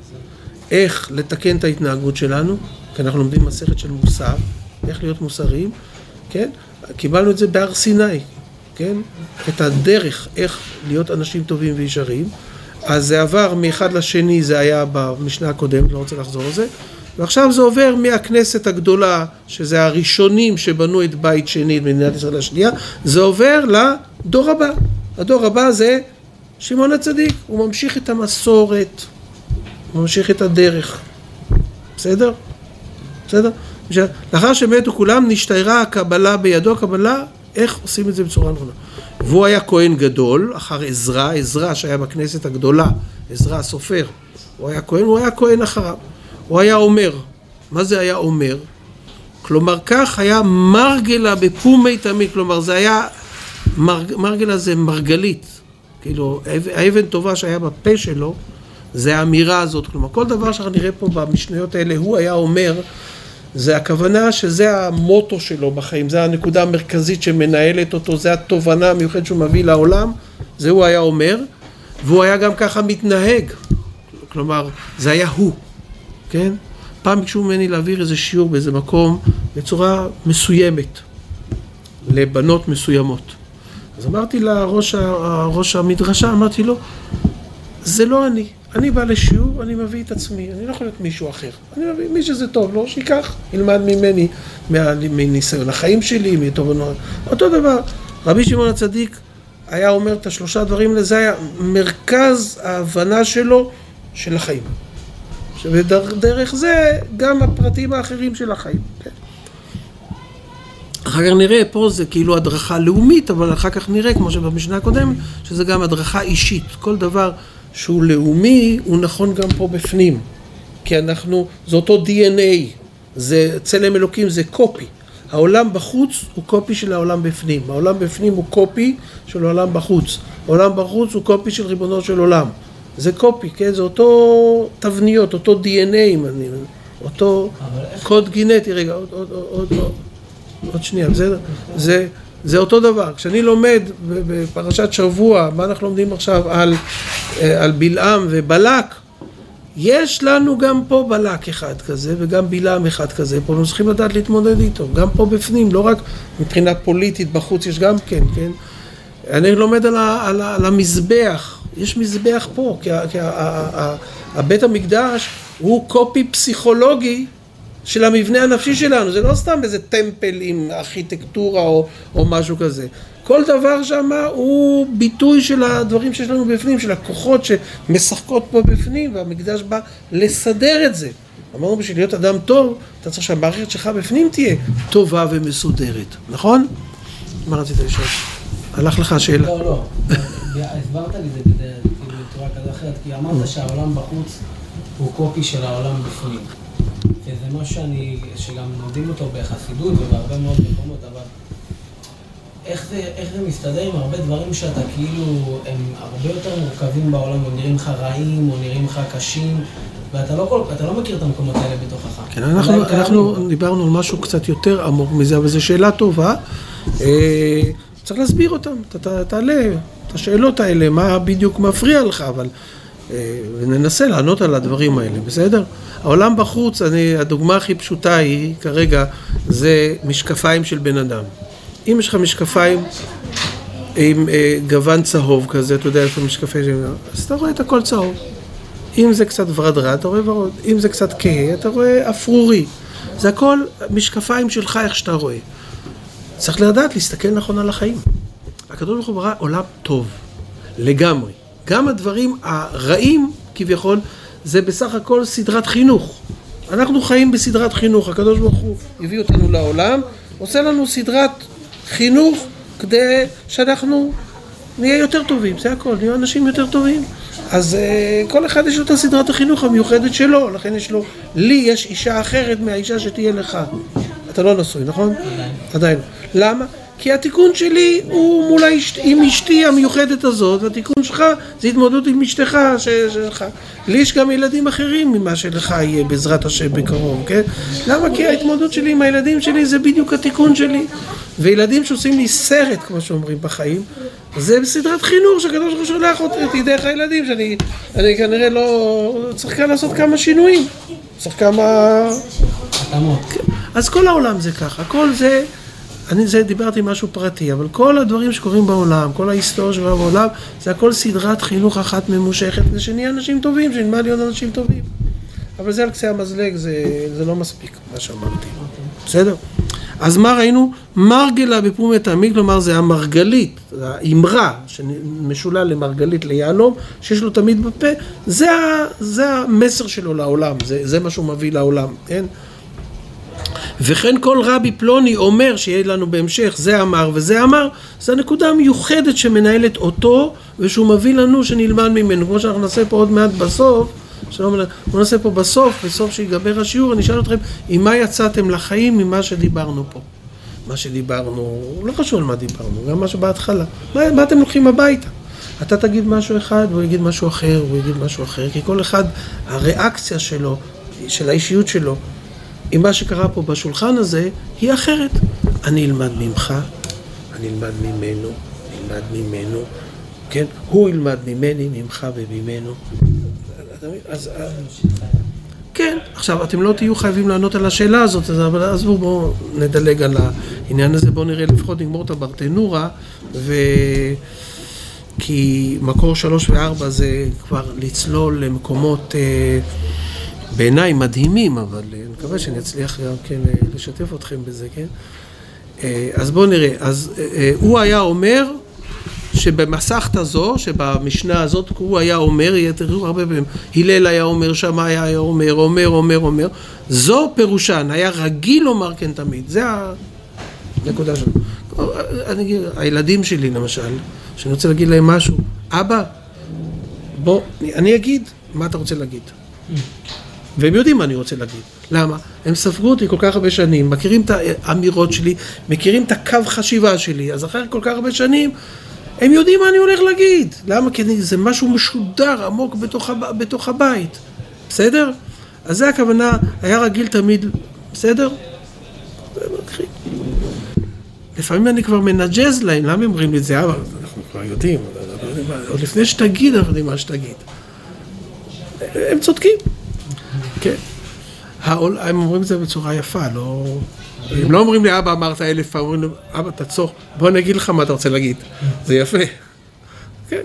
איך לתקן את ההתנהגות שלנו, כי אנחנו לומדים מסכת של מוסר, איך להיות מוסריים, כן? קיבלנו את זה בהר סיני, כן? את הדרך איך להיות אנשים טובים וישרים. אז זה עבר מאחד לשני, זה היה במשנה הקודמת, לא רוצה לחזור על זה, ועכשיו זה עובר מהכנסת הגדולה, שזה הראשונים שבנו את בית שני, את מדינת ישראל השנייה, זה עובר לדור הבא. הדור הבא זה שמעון הצדיק, הוא ממשיך את המסורת, הוא ממשיך את הדרך. בסדר? בסדר? לאחר שמתו כולם, נשתיירה הקבלה בידו, הקבלה, איך עושים את זה בצורה נכונה. והוא היה כהן גדול, אחר עזרא, עזרא שהיה בכנסת הגדולה, עזרא הסופר, הוא היה כהן, הוא היה כהן אחריו. הוא היה אומר, מה זה היה אומר? כלומר, כך היה מרגלה בפומי תמיד, כלומר, זה היה, מרג, מרגלה זה מרגלית, כאילו, האבן טובה שהיה בפה שלו, זה האמירה הזאת, כלומר, כל דבר שאנחנו נראה פה במשניות האלה, הוא היה אומר, זה הכוונה שזה המוטו שלו בחיים, זה הנקודה המרכזית שמנהלת אותו, זה התובנה המיוחדת שהוא מביא לעולם, זה הוא היה אומר, והוא היה גם ככה מתנהג, כלומר, זה היה הוא, כן? פעם ביקשו ממני להעביר איזה שיעור באיזה מקום, בצורה מסוימת, לבנות מסוימות. אז אמרתי לראש ראש המדרשה, אמרתי לו, זה לא אני. אני בא לשיעור, אני מביא את עצמי, אני לא יכול להיות מישהו אחר. אני מביא מי שזה טוב לו, שיקח, ילמד ממני, מניסיון החיים שלי, מתובנות. אותו דבר, רבי שמעון הצדיק היה אומר את השלושה דברים לזה, היה מרכז ההבנה שלו של החיים. שבדרך זה גם הפרטים האחרים של החיים. כן? אחר כך נראה, פה זה כאילו הדרכה לאומית, אבל אחר כך נראה, כמו שבמשנה הקודמת, שזה גם הדרכה אישית. כל דבר שהוא לאומי, הוא נכון גם פה בפנים. כי אנחנו, זה אותו די אן איי, זה צלם אלוקים, זה קופי. העולם בחוץ הוא קופי של העולם בפנים. העולם בפנים הוא קופי של העולם בחוץ. העולם בחוץ הוא קופי של ריבונו של עולם. זה קופי, כן? זה אותו תבניות, אותו די אן איי, אותו קוד גנטי. רגע, עוד, עוד, עוד, עוד, עוד שנייה. זה, זה, זה אותו דבר. כשאני לומד בפרשת שבוע, מה אנחנו לומדים עכשיו על, על בלעם ובלק, יש לנו גם פה בלק אחד כזה, וגם בלעם אחד כזה, פה אנחנו צריכים לדעת להתמודד איתו, גם פה בפנים, לא רק מבחינה פוליטית בחוץ, יש גם כן, כן? אני לומד על, ה, על, ה, על המזבח, יש מזבח פה, כי, כי ה, ה, ה, הבית המקדש הוא קופי פסיכולוגי של המבנה הנפשי שלנו, זה לא סתם איזה טמפל עם ארכיטקטורה או, או משהו כזה. כל דבר שם הוא ביטוי של הדברים שיש לנו בפנים, של הכוחות שמשחקות פה בפנים, והמקדש בא לסדר את זה. אמרנו, בשביל להיות אדם טוב, אתה צריך שהמערכת שלך בפנים תהיה טובה ומסודרת, נכון? מה רצית לשאול? הלך לך השאלה. לא, לא. הסברת לי זה בצורה כזו אחרת, כי אמרת שהעולם בחוץ הוא קופי של העולם בפנים. וזה משהו שאני, שגם נודעים אותו בחסידות ובהרבה מאוד מקומות, אבל איך זה, איך זה מסתדר עם הרבה דברים שאתה כאילו, הם הרבה יותר מורכבים בעולם, הם נראים לך רעים או נראים לך קשים, ואתה לא, כל, אתה לא מכיר את המקומות האלה בתוכך. כן, אנחנו, אנחנו דיברנו על משהו קצת יותר עמוק מזה, אבל זו שאלה טובה. אה, צריך להסביר אותם, אתה תעלה את השאלות האלה, מה בדיוק מפריע לך, אבל וננסה לענות על הדברים האלה, בסדר? העולם בחוץ, אני, הדוגמה הכי פשוטה היא, כרגע, זה משקפיים של בן אדם. אם יש לך משקפיים עם אה, גוון צהוב כזה, אתה יודע איפה משקפיים של... אז אתה רואה את הכל צהוב. אם זה קצת ורדרה, אתה רואה ורוד. אם זה קצת כהה, אתה רואה אפרורי. זה הכל משקפיים שלך, איך שאתה רואה. צריך לדעת להסתכל נכון על החיים. הקדוש ברוך הוא ברא עולם טוב, לגמרי. גם הדברים הרעים, כביכול, זה בסך הכל סדרת חינוך. אנחנו חיים בסדרת חינוך. הקדוש ברוך הוא הביא אותנו לעולם, עושה לנו סדרת חינוך כדי שאנחנו נהיה יותר טובים. זה הכל, נהיה אנשים יותר טובים. אז uh, כל אחד יש לו את סדרת החינוך המיוחדת שלו, לכן יש לו, לי יש אישה אחרת מהאישה שתהיה לך. אתה לא נשוי, נכון? עדיין. עדיין. למה? כי התיקון שלי הוא מול האשת, עם אשתי המיוחדת הזאת, והתיקון שלך זה התמודדות עם אשתך שלך. לי יש גם ילדים אחרים ממה שלך יהיה בעזרת השם בקרוב, כן? למה? כי ההתמודדות שלי עם הילדים שלי זה בדיוק התיקון שלי. וילדים שעושים לי סרט, כמו שאומרים בחיים, זה בסדרת חינוך שהקדוש ברוך הוא שולח אותי דרך הילדים, שאני אני כנראה לא צריך כאן לעשות כמה שינויים. צריך כמה... אז כל העולם זה ככה, כל זה... אני זה דיברתי משהו פרטי, אבל כל הדברים שקורים בעולם, כל ההיסטוריה שקורה בעולם, זה הכל סדרת חינוך אחת ממושכת, כדי שנהיה אנשים טובים, שנלמד להיות אנשים טובים. אבל זה על קצה המזלג, זה, זה לא מספיק, מה שאמרתי. בסדר? אז מה ראינו? מרגלה בפרומי תעמיד, כלומר זה המרגלית, האמרה שמשולל למרגלית ליהלום, שיש לו תמיד בפה, זה, זה המסר שלו לעולם, זה, זה מה שהוא מביא לעולם, כן? וכן כל רבי פלוני אומר שיהיה לנו בהמשך, זה אמר וזה אמר, זה הנקודה המיוחדת שמנהלת אותו, ושהוא מביא לנו שנלמד ממנו, כמו שאנחנו נעשה פה עוד מעט בסוף, אנחנו נעשה פה בסוף, בסוף שיגבר השיעור, אני אשאל אתכם, עם מה יצאתם לחיים ממה שדיברנו פה? מה שדיברנו, לא חשוב על מה דיברנו, גם מה שבהתחלה, מה, מה אתם לוקחים הביתה? אתה תגיד משהו אחד, הוא יגיד משהו אחר, הוא יגיד משהו אחר, כי כל אחד, הריאקציה שלו, של האישיות שלו, עם מה שקרה פה בשולחן הזה, היא אחרת. אני אלמד ממך, אני אלמד ממנו, אלמד ממנו, כן? הוא ילמד ממני, ממך וממנו. אז, כן, עכשיו, אתם לא תהיו חייבים לענות על השאלה הזאת, אבל אז בואו נדלג על העניין הזה, בואו נראה לפחות נגמור את הברטנורה, ו... כי מקור שלוש וארבע זה כבר לצלול למקומות... בעיניי מדהימים, אבל אני מקווה שאני אצליח גם כן לשתף אתכם בזה, כן? אז בואו נראה. אז הוא היה אומר שבמסכת הזו, שבמשנה הזאת, הוא היה אומר, תראו הרבה פעמים, הלל היה אומר, שמאי היה אומר, אומר, אומר, אומר, זו פירושן, היה רגיל לומר כן תמיד. זה הנקודה שלו. אני אגיד, הילדים שלי למשל, שאני רוצה להגיד להם משהו, אבא, בוא, אני אגיד, מה אתה רוצה להגיד? והם יודעים מה אני רוצה להגיד. למה? הם ספגו אותי כל כך הרבה שנים, מכירים את האמירות שלי, מכירים את הקו חשיבה שלי, אז אחרי כל כך הרבה שנים, הם יודעים מה אני הולך להגיד. למה? כי זה משהו משודר עמוק בתוך, הב... בתוך הבית. בסדר? אז זה הכוונה, היה רגיל תמיד, בסדר? לפעמים אני כבר מנג'ז להם, למה הם אומרים לי את זה? אבל אנחנו כבר יודעים, עוד לפני שתגיד, אנחנו יודעים מה שתגיד. הם צודקים. כן. הם אומרים את זה בצורה יפה, לא... הם לא אומרים לי, אבא אמרת אלף, אומרים לי, אבא תצור, בוא נגיד לך מה אתה רוצה להגיד. זה יפה. כן.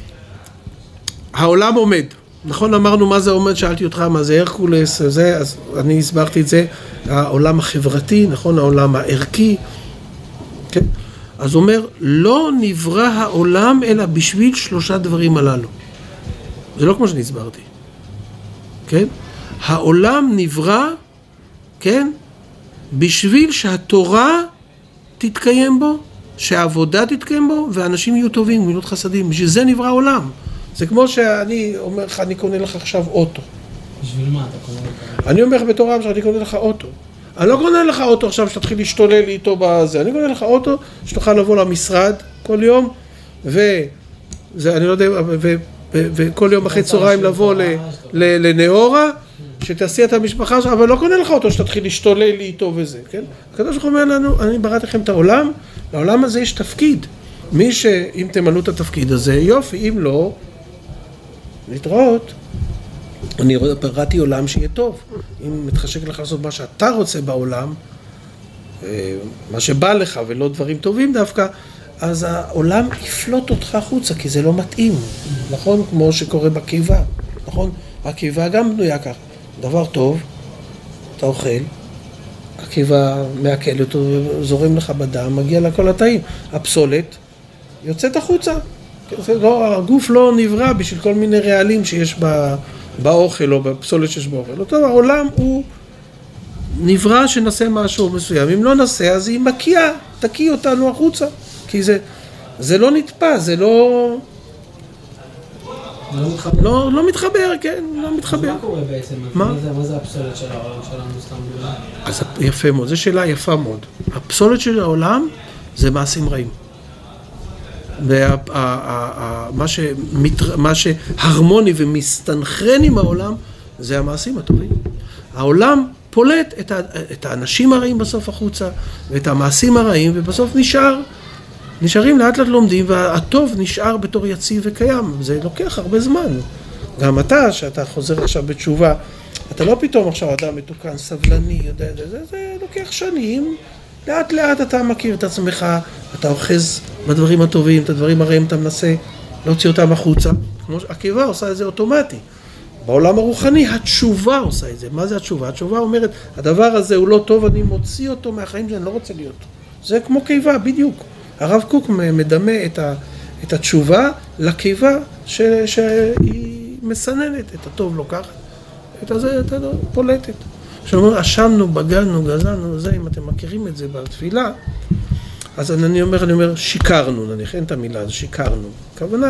העולם עומד. נכון, אמרנו מה זה עומד, שאלתי אותך מה זה הרקולס, זה, אז אני הסברתי את זה, העולם החברתי, נכון, העולם הערכי. כן. אז הוא אומר, לא נברא העולם אלא בשביל שלושה דברים הללו. זה לא כמו שאני הסברתי. כן? העולם נברא, כן? בשביל שהתורה תתקיים בו, שהעבודה תתקיים בו, ואנשים יהיו טובים, גמילות חסדים. בשביל זה נברא העולם. זה כמו שאני אומר לך, אני קונה לך עכשיו אוטו. בשביל מה אתה קונה לך? אני אומר לך בתור עם שאני קונה לך אוטו. אני לא קונה לך אוטו עכשיו שתתחיל להשתולל לי איתו בזה. אני קונה לך אוטו שתוכל לבוא למשרד כל יום, וזה, אני לא יודע, ו... וכל יום אחרי צהריים לבוא לנאורה, שתעשי את המשפחה שלך, אבל לא קונה לך אותו שתתחיל להשתולל לי איתו וזה, כן? הקדוש ברוך הוא אומר לנו, אני בראתי לכם את העולם, לעולם הזה יש תפקיד. מי שאם תמלאו את התפקיד הזה, יופי, אם לא, להתראות. אני בראתי עולם שיהיה טוב. אם מתחשק לך לעשות מה שאתה רוצה בעולם, מה שבא לך ולא דברים טובים דווקא, אז העולם יפלוט אותך החוצה, כי זה לא מתאים, נכון? כמו שקורה בקיבה, נכון? הקיבה גם בנויה ככה. דבר טוב, אתה אוכל, הקיבה מעכל אותו, זורם לך בדם, מגיע לכל התאים. הפסולת יוצאת החוצה. לא, הגוף לא נברא בשביל כל מיני רעלים שיש באוכל או בפסולת שיש באוכל. אותו, העולם הוא נברא שנעשה משהו מסוים. אם לא נעשה, אז היא מקיאה, תקיא אותנו החוצה. כי זה, זה לא נתפס, זה לא... זה לא מתחבר. לא, לא מתחבר, כן, לא מתחבר. אז מה קורה בעצם? מה? מה זה, מה זה הפסולת של העולם שלנו סתם בגלל? אז יפה מאוד, זו שאלה יפה מאוד. הפסולת של העולם זה מעשים רעים. ומה שמתר... מה שהרמוני ומסתנכרן עם העולם זה המעשים הטובים. העולם פולט את, ה... את האנשים הרעים בסוף החוצה ואת המעשים הרעים, ובסוף נשאר, נשארים לאט לאט לומדים, והטוב נשאר בתור יציב וקיים. זה לוקח הרבה זמן. גם אתה, שאתה חוזר עכשיו בתשובה, אתה לא פתאום עכשיו אדם מתוקן, סבלני, יודע, זה, זה, זה לוקח שנים. לאט לאט אתה מכיר את עצמך, אתה אוחז בדברים הטובים, את הדברים הרעים אתה מנסה להוציא אותם החוצה. כמו שהקיבה עושה את זה אוטומטי. בעולם הרוחני התשובה עושה את זה. מה זה התשובה? התשובה אומרת, הדבר הזה הוא לא טוב, אני מוציא אותו מהחיים שאני לא רוצה להיות. זה כמו קיבה, בדיוק. הרב קוק מדמה את, ה, את התשובה לקיבה ש, שהיא מסננת, את הטוב לוקחת, את הזה את פולטת. שאומרים, אשמנו, בגלנו, גזלנו, זה, אם אתם מכירים את זה בתפילה, אז אני אומר, אני אומר, שיקרנו, נניח, אין את המילה, אז שיקרנו. הכוונה,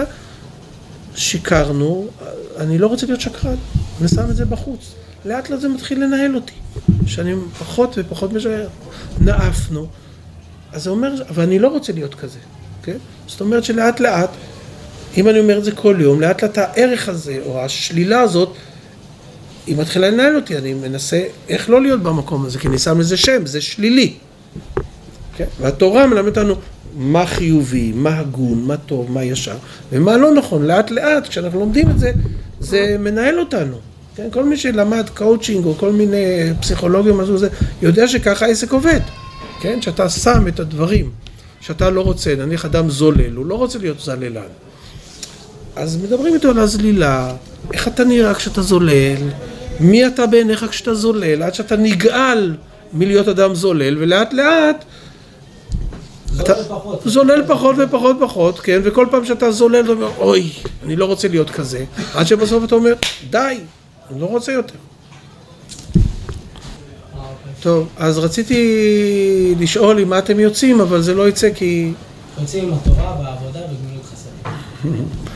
שיקרנו, אני לא רוצה להיות שקרן, אני שם את זה בחוץ. לאט לאט זה מתחיל לנהל אותי, שאני פחות ופחות משער. נאפנו, אז זה אומר, אבל אני לא רוצה להיות כזה, כן? זאת אומרת שלאט לאט, אם אני אומר את זה כל יום, לאט לאט הערך הזה, או השלילה הזאת, היא מתחילה לנהל אותי, אני מנסה איך לא להיות במקום הזה, כי אני שם לזה שם, זה שלילי. כן? והתורה מלמד אותנו מה חיובי, מה הגון, מה טוב, מה ישר, ומה לא נכון. לאט לאט, כשאנחנו לומדים את זה, זה מנהל אותנו. כן? כל מי שלמד קואוצ'ינג או כל מיני פסיכולוגים, זה, יודע שככה העסק עובד. כן? שאתה שם את הדברים שאתה לא רוצה, נניח אדם זולל, הוא לא רוצה להיות זללן. אז מדברים איתו על הזלילה, איך אתה נראה כשאתה זולל, מי אתה בעיניך כשאתה זולל, עד שאתה נגאל מלהיות אדם זולל, ולאט לאט אתה זולל פחות ופחות ופחות, כן? וכל פעם שאתה זולל, אתה אומר, אוי, אני לא רוצה להיות כזה, עד שבסוף אתה אומר, די, אני לא רוצה יותר. טוב, אז רציתי לשאול עם מה אתם יוצאים, אבל זה לא יצא כי... יוצאים עם התורה והעבודה וגמילות חסדים.